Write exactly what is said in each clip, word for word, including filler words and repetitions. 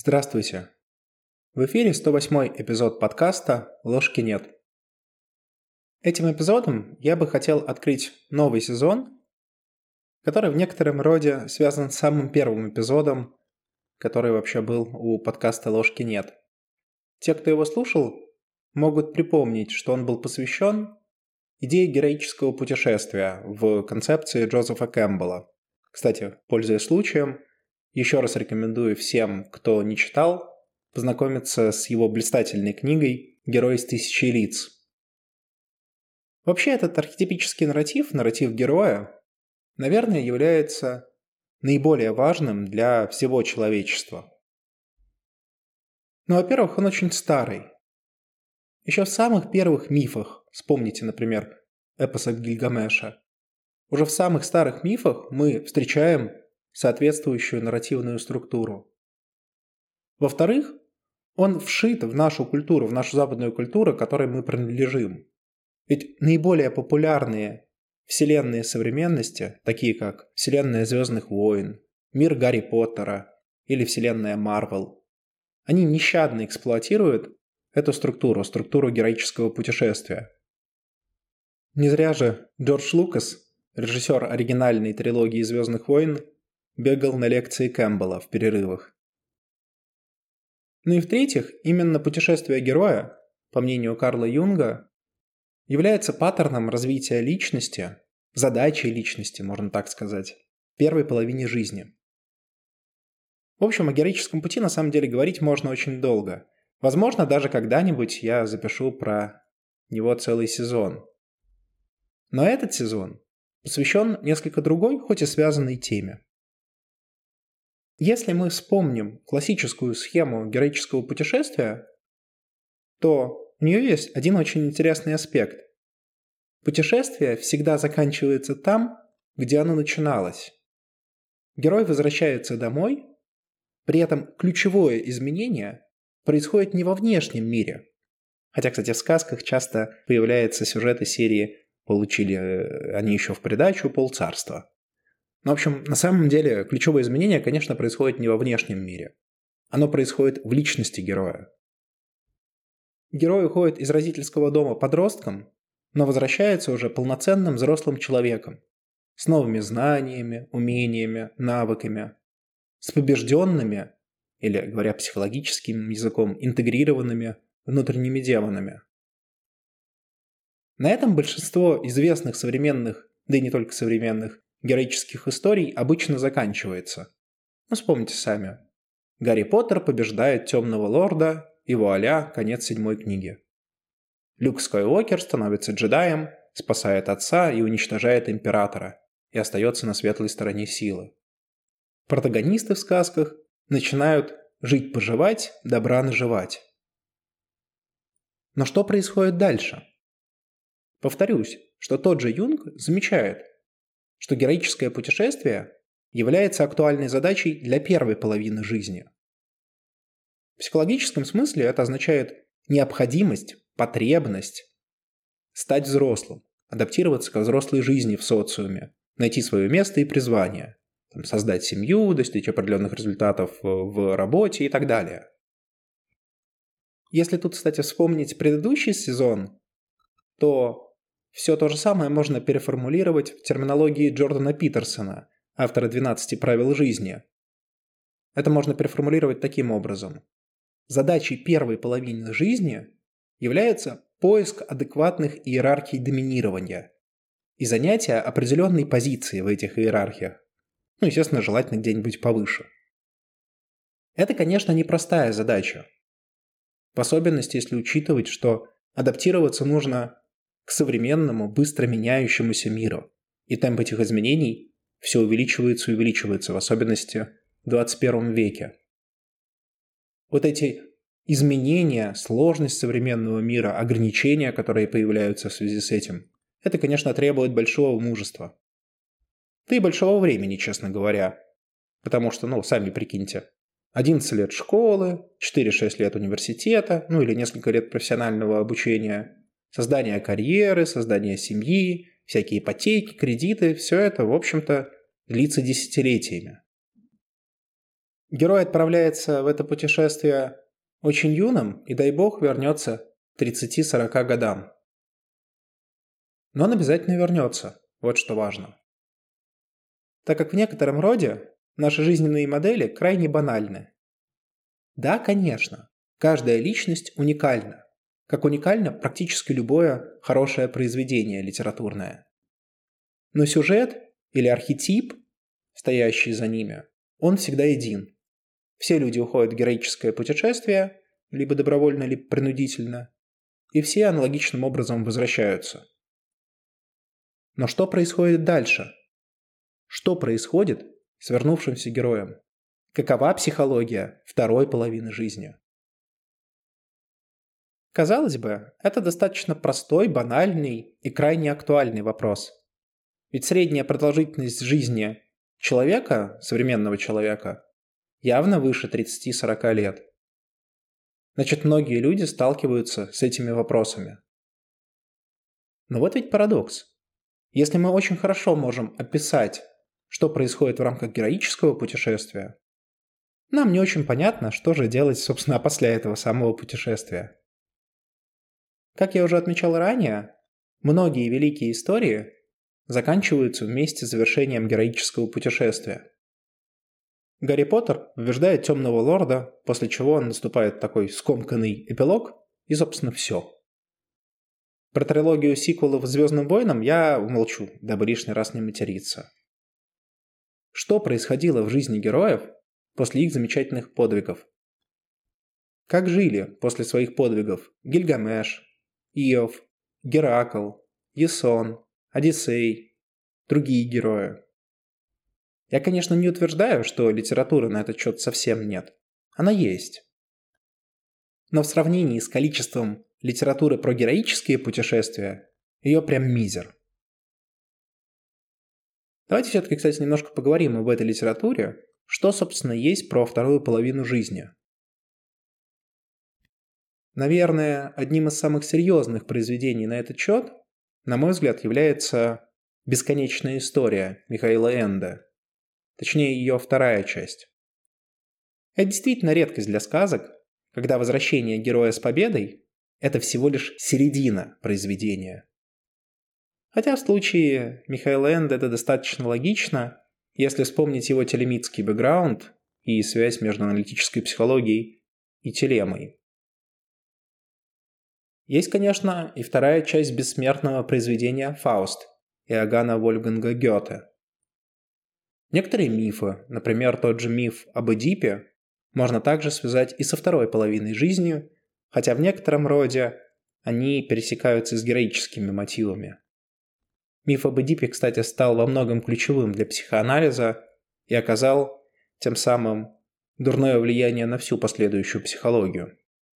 Здравствуйте! В эфире сто восьмой эпизод подкаста «Ложки нет». Этим эпизодом я бы хотел открыть новый сезон, который в некотором роде связан с самым первым эпизодом, который вообще был у подкаста «Ложки нет». Те, кто его слушал, могут припомнить, что он был посвящен идее героического путешествия в концепции Джозефа Кэмпбелла. Кстати, пользуясь случаем, еще раз рекомендую всем, кто не читал, познакомиться с его блистательной книгой «Герой из тысячи лиц». Вообще этот архетипический нарратив, нарратив героя, наверное, является наиболее важным для всего человечества. Но, во-первых, он очень старый. Еще в самых первых мифах, вспомните, например, эпоса Гильгамеша, уже в самых старых мифах мы встречаем соответствующую нарративную структуру. Во-вторых, он вшит в нашу культуру, в нашу западную культуру, которой мы принадлежим. Ведь наиболее популярные вселенные современности, такие как вселенная Звездных войн, мир Гарри Поттера или вселенная Марвел, они нещадно эксплуатируют эту структуру, структуру героического путешествия. Не зря же Джордж Лукас, режиссер оригинальной трилогии «Звездных войн», бегал на лекции Кэмпбелла в перерывах. Ну и в-третьих, именно путешествие героя, по мнению Карла Юнга, является паттерном развития личности, задачей личности, можно так сказать, в первой половине жизни. В общем, о героическом пути на самом деле говорить можно очень долго. Возможно, даже когда-нибудь я запишу про него целый сезон. Но этот сезон посвящен несколько другой, хоть и связанной теме. Если мы вспомним классическую схему героического путешествия, то у нее есть один очень интересный аспект. Путешествие всегда заканчивается там, где оно начиналось. Герой возвращается домой, при этом ключевое изменение происходит не во внешнем мире. Хотя, кстати, в сказках часто появляются сюжеты серии «Получили они еще в придачу полцарства». Ну, в общем, на самом деле ключевое изменение, конечно, происходит не во внешнем мире. Оно происходит в личности героя. Герой уходит из родительского дома подростком, но возвращается уже полноценным взрослым человеком, с новыми знаниями, умениями, навыками, с побежденными, или, говоря психологическим языком, интегрированными внутренними демонами. На этом большинство известных современных, да и не только современных, героических историй обычно заканчивается. Ну, вспомните сами. Гарри Поттер побеждает Темного Лорда, и вуаля, конец седьмой книги. Люк Скайуокер становится джедаем, спасает отца и уничтожает императора, и остается на светлой стороне силы. Протагонисты в сказках начинают жить-поживать, добра наживать. Но что происходит дальше? Повторюсь, что тот же Юнг замечает, что героическое путешествие является актуальной задачей для первой половины жизни. В психологическом смысле это означает необходимость, потребность стать взрослым, адаптироваться к взрослой жизни в социуме, найти свое место и призвание, там, создать семью, достичь определенных результатов в работе и так далее. Если тут, кстати, вспомнить предыдущий сезон, то все то же самое можно переформулировать в терминологии Джордана Питерсона, автора двенадцати правил жизни. Это можно переформулировать таким образом. Задачей первой половины жизни является поиск адекватных иерархий доминирования и занятие определенной позиции в этих иерархиях. Ну, естественно, желательно где-нибудь повыше. Это, конечно, непростая задача. В особенности, если учитывать, что адаптироваться нужно к современному, быстро меняющемуся миру. И темп этих изменений все увеличивается и увеличивается, в особенности в двадцать первом веке. Вот эти изменения, сложность современного мира, ограничения, которые появляются в связи с этим, это, конечно, требует большого мужества. Да и большого времени, честно говоря. Потому что, ну, сами прикиньте, одиннадцать лет школы, четыре-шесть лет университета, ну или несколько лет профессионального обучения, создание карьеры, создание семьи, всякие ипотеки, кредиты – все это, в общем-то, длится десятилетиями. Герой отправляется в это путешествие очень юным и, дай бог, вернется к тридцати-сорока годам. Но он обязательно вернется, вот что важно. Так как в некотором роде наши жизненные модели крайне банальны. Да, конечно, каждая личность уникальна, как уникально практически любое хорошее произведение литературное. Но сюжет или архетип, стоящий за ними, он всегда един. Все люди уходят в героическое путешествие, либо добровольно, либо принудительно, и все аналогичным образом возвращаются. Но что происходит дальше? Что происходит с вернувшимся героем? Какова психология второй половины жизни? Казалось бы, это достаточно простой, банальный и крайне актуальный вопрос. Ведь средняя продолжительность жизни человека, современного человека, явно выше тридцати-сорока лет. Значит, многие люди сталкиваются с этими вопросами. Но вот ведь парадокс. Если мы очень хорошо можем описать, что происходит в рамках героического путешествия, нам не очень понятно, что же делать, собственно, после этого самого путешествия. Как я уже отмечал ранее, многие великие истории заканчиваются вместе с завершением героического путешествия. Гарри Поттер побеждает Темного Лорда, после чего наступает такой скомканный эпилог, и, собственно, все. Про трилогию сиквелов «Звездным войнам» я умолчу, дабы лишний раз не материться. Что происходило в жизни героев после их замечательных подвигов? Как жили после своих подвигов Гильгамеш, Иов, Геракл, Ясон, Одиссей, другие герои? Я, конечно, не утверждаю, что литературы на этот счет совсем нет. Она есть. Но в сравнении с количеством литературы про героические путешествия, ее прям мизер. Давайте все-таки, кстати, немножко поговорим об этой литературе, что, собственно, есть про вторую половину жизни. Наверное, одним из самых серьезных произведений на этот счет, на мой взгляд, является «Бесконечная история» Михаила Энде. Точнее, ее вторая часть. Это действительно редкость для сказок, когда возвращение героя с победой – это всего лишь середина произведения. Хотя в случае Михаила Энде это достаточно логично, если вспомнить его телемитский бэкграунд и связь между аналитической психологией и телемой. Есть, конечно, и вторая часть бессмертного произведения «Фауст» Иоганна Вольфганга Гёте. Некоторые мифы, например, тот же миф об Эдипе, можно также связать и со второй половиной жизни, хотя в некотором роде они пересекаются с героическими мотивами. Миф об Эдипе, кстати, стал во многом ключевым для психоанализа и оказал тем самым дурное влияние на всю последующую психологию.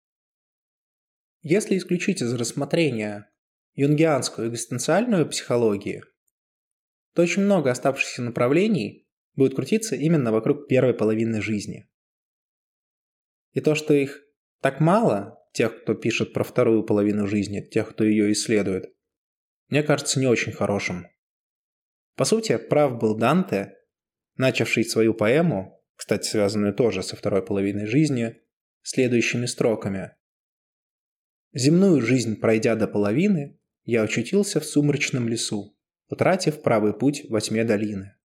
Если исключить из рассмотрения юнгианскую экзистенциальную психологию, то очень много оставшихся направлений будет крутиться именно вокруг первой половины жизни. И то, что их так мало, тех, кто пишет про вторую половину жизни, тех, кто ее исследует, мне кажется не очень хорошим. По сути, прав был Данте, начавший свою поэму, кстати, связанную тоже со второй половиной жизни, следующими строками. «Земную жизнь пройдя до половины, я очутился в сумрачном лесу, утратив правый путь во тьме долины».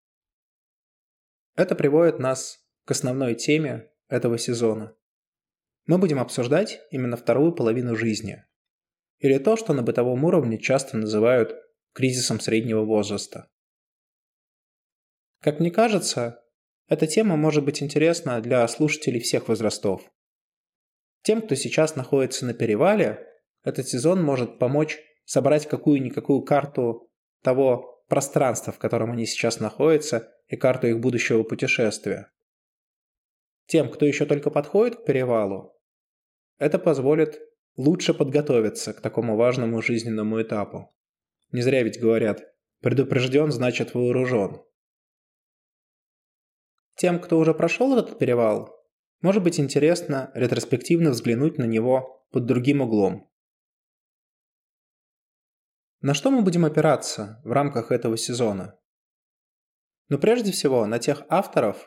Это приводит нас к основной теме этого сезона. Мы будем обсуждать именно вторую половину жизни, или то, что на бытовом уровне часто называют кризисом среднего возраста. Как мне кажется, эта тема может быть интересна для слушателей всех возрастов. Тем, кто сейчас находится на перевале, этот сезон может помочь собрать какую-никакую карту того пространства, в котором они сейчас находятся, и карту их будущего путешествия. Тем, кто еще только подходит к перевалу, это позволит лучше подготовиться к такому важному жизненному этапу. Не зря ведь говорят, предупрежден, значит вооружен. Тем, кто уже прошел этот перевал, может быть интересно ретроспективно взглянуть на него под другим углом. На что мы будем опираться в рамках этого сезона? Но прежде всего на тех авторов,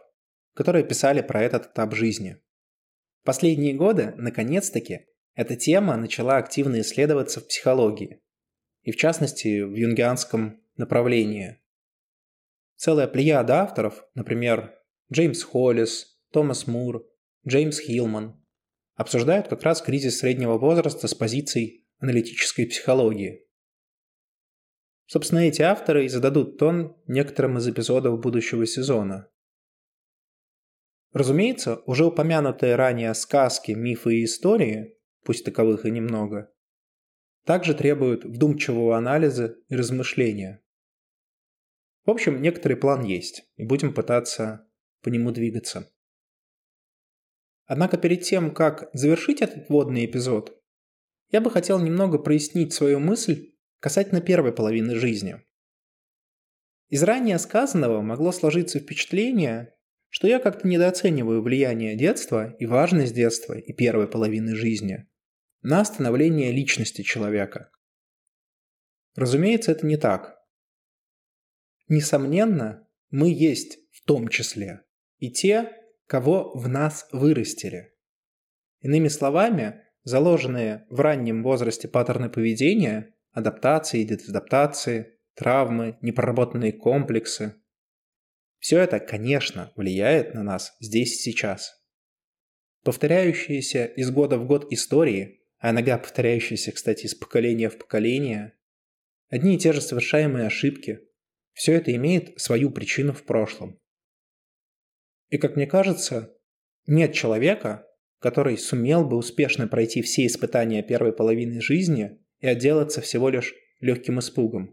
которые писали про этот этап жизни. В последние годы, наконец-таки, эта тема начала активно исследоваться в психологии, и в частности в юнгианском направлении. Целая плеяда авторов, например, Джеймс Холлис, Томас Мур, Джеймс Хилман, обсуждают как раз кризис среднего возраста с позиций аналитической психологии. Собственно, эти авторы и зададут тон некоторым из эпизодов будущего сезона. Разумеется, уже упомянутые ранее сказки, мифы и истории, пусть таковых и немного, также требуют вдумчивого анализа и размышления. В общем, некоторый план есть, и будем пытаться по нему двигаться. Однако перед тем, как завершить этот вводный эпизод, я бы хотел немного прояснить свою мысль касательно первой половины жизни. Из ранее сказанного могло сложиться впечатление, что я как-то недооцениваю влияние детства и важность детства и первой половины жизни на становление личности человека. Разумеется, это не так. Несомненно, мы есть в том числе и те, кого в нас вырастили. Иными словами, заложенные в раннем возрасте паттерны поведения, адаптации, дезадаптации, травмы, непроработанные комплексы – все это, конечно, влияет на нас здесь и сейчас. Повторяющиеся из года в год истории, а иногда повторяющиеся, кстати, из поколения в поколение, одни и те же совершаемые ошибки – все это имеет свою причину в прошлом. И, как мне кажется, нет человека, который сумел бы успешно пройти все испытания первой половины жизни и отделаться всего лишь легким испугом.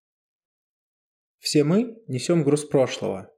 Все мы несем груз прошлого.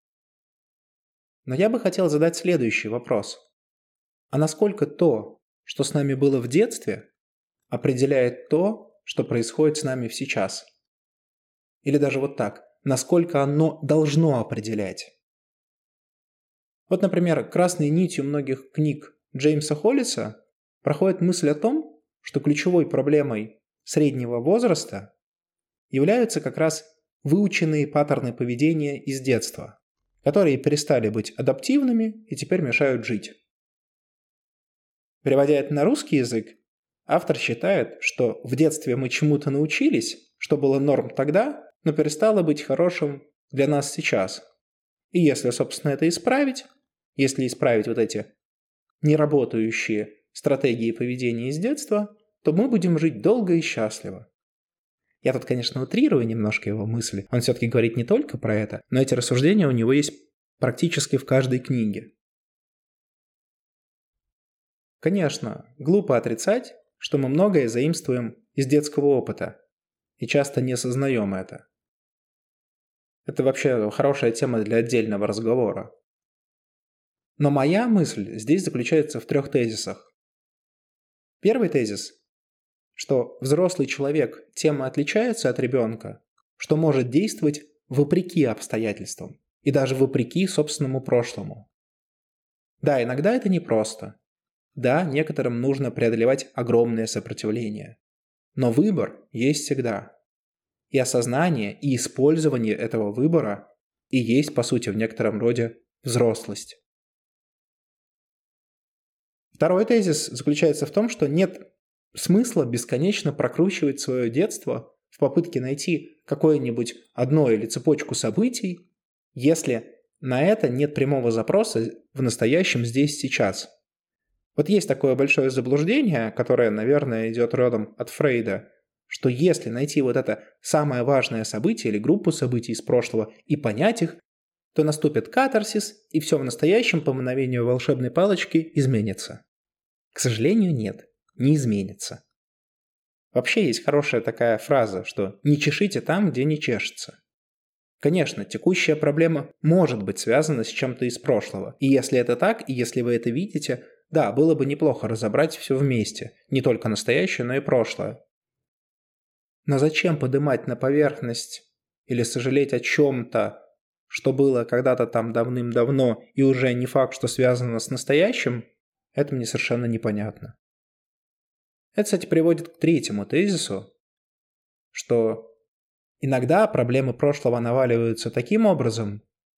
Но я бы хотел задать следующий вопрос. А насколько то, что с нами было в детстве, определяет то, что происходит с нами сейчас? Или даже вот так, насколько оно должно определять? Вот, например, красной нитью многих книг Джеймса Холлиса проходит мысль о том, что ключевой проблемой среднего возраста являются как раз выученные паттерны поведения из детства, которые перестали быть адаптивными и теперь мешают жить. Переводя это на русский язык, автор считает, что в детстве мы чему-то научились, что было норм тогда, но перестало быть хорошим для нас сейчас. И если, собственно, это исправить, если исправить вот эти неработающие стратегии поведения из детства, то мы будем жить долго и счастливо. Я тут, конечно, утрирую немножко его мысли. Он все-таки говорит не только про это, но эти рассуждения у него есть практически в каждой книге. Конечно, глупо отрицать, что мы многое заимствуем из детского опыта и часто не осознаем это. Это вообще хорошая тема для отдельного разговора. Но моя мысль здесь заключается в трех тезисах. Первый тезис, что взрослый человек тем и отличается от ребенка, что может действовать вопреки обстоятельствам и даже вопреки собственному прошлому. Да, иногда это непросто. Да, некоторым нужно преодолевать огромное сопротивление. Но выбор есть всегда. И осознание, и использование этого выбора и есть, по сути, в некотором роде взрослость. Второй тезис заключается в том, что нет смысла бесконечно прокручивать свое детство в попытке найти какое-нибудь одно или цепочку событий, если на это нет прямого запроса в настоящем здесь сейчас. Вот есть такое большое заблуждение, которое, наверное, идет родом от Фрейда, что если найти вот это самое важное событие или группу событий из прошлого и понять их, то наступит катарсис, и все в настоящем по мгновению волшебной палочки изменится. К сожалению, нет, не изменится. Вообще есть хорошая такая фраза, что «не чешите там, где не чешется». Конечно, текущая проблема может быть связана с чем-то из прошлого. И если это так, и если вы это видите, да, было бы неплохо разобрать все вместе, не только настоящее, но и прошлое. Но зачем поднимать на поверхность или сожалеть о чем-то, что было когда-то там давным-давно и уже не факт, что связано с настоящим, это мне совершенно непонятно. Это, кстати, приводит к третьему тезису, что иногда проблемы прошлого наваливаются таким образом,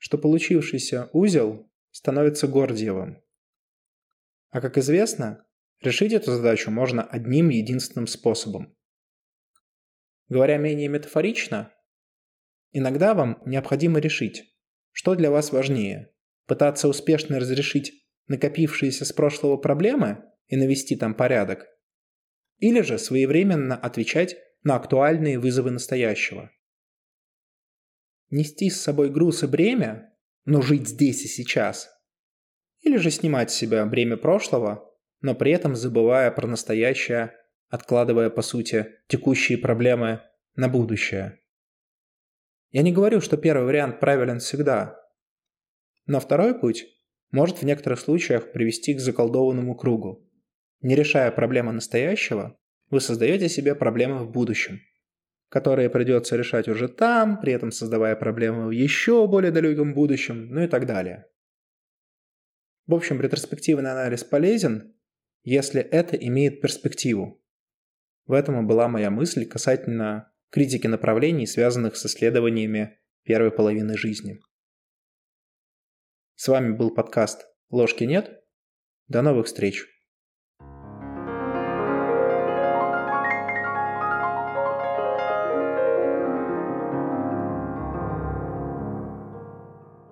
что получившийся узел становится Гордиевым. А как известно, решить эту задачу можно одним единственным способом. Говоря менее метафорично, иногда вам необходимо решить, что для вас важнее – пытаться успешно разрешить накопившиеся с прошлого проблемы и навести там порядок, или же своевременно отвечать на актуальные вызовы настоящего. Нести с собой груз и бремя, но жить здесь и сейчас, или же снимать с себя бремя прошлого, но при этом забывая про настоящее, откладывая, по сути, текущие проблемы на будущее. Я не говорю, что первый вариант правилен всегда, но второй путь может в некоторых случаях привести к заколдованному кругу. Не решая проблемы настоящего, вы создаете себе проблемы в будущем, которые придется решать уже там, при этом создавая проблемы в еще более далеком будущем, ну и так далее. В общем, ретроспективный анализ полезен, если это имеет перспективу. В этом и была моя мысль касательно критики направлений, связанных с исследованиями первой половины жизни. С вами был подкаст «Ложки нет». До новых встреч!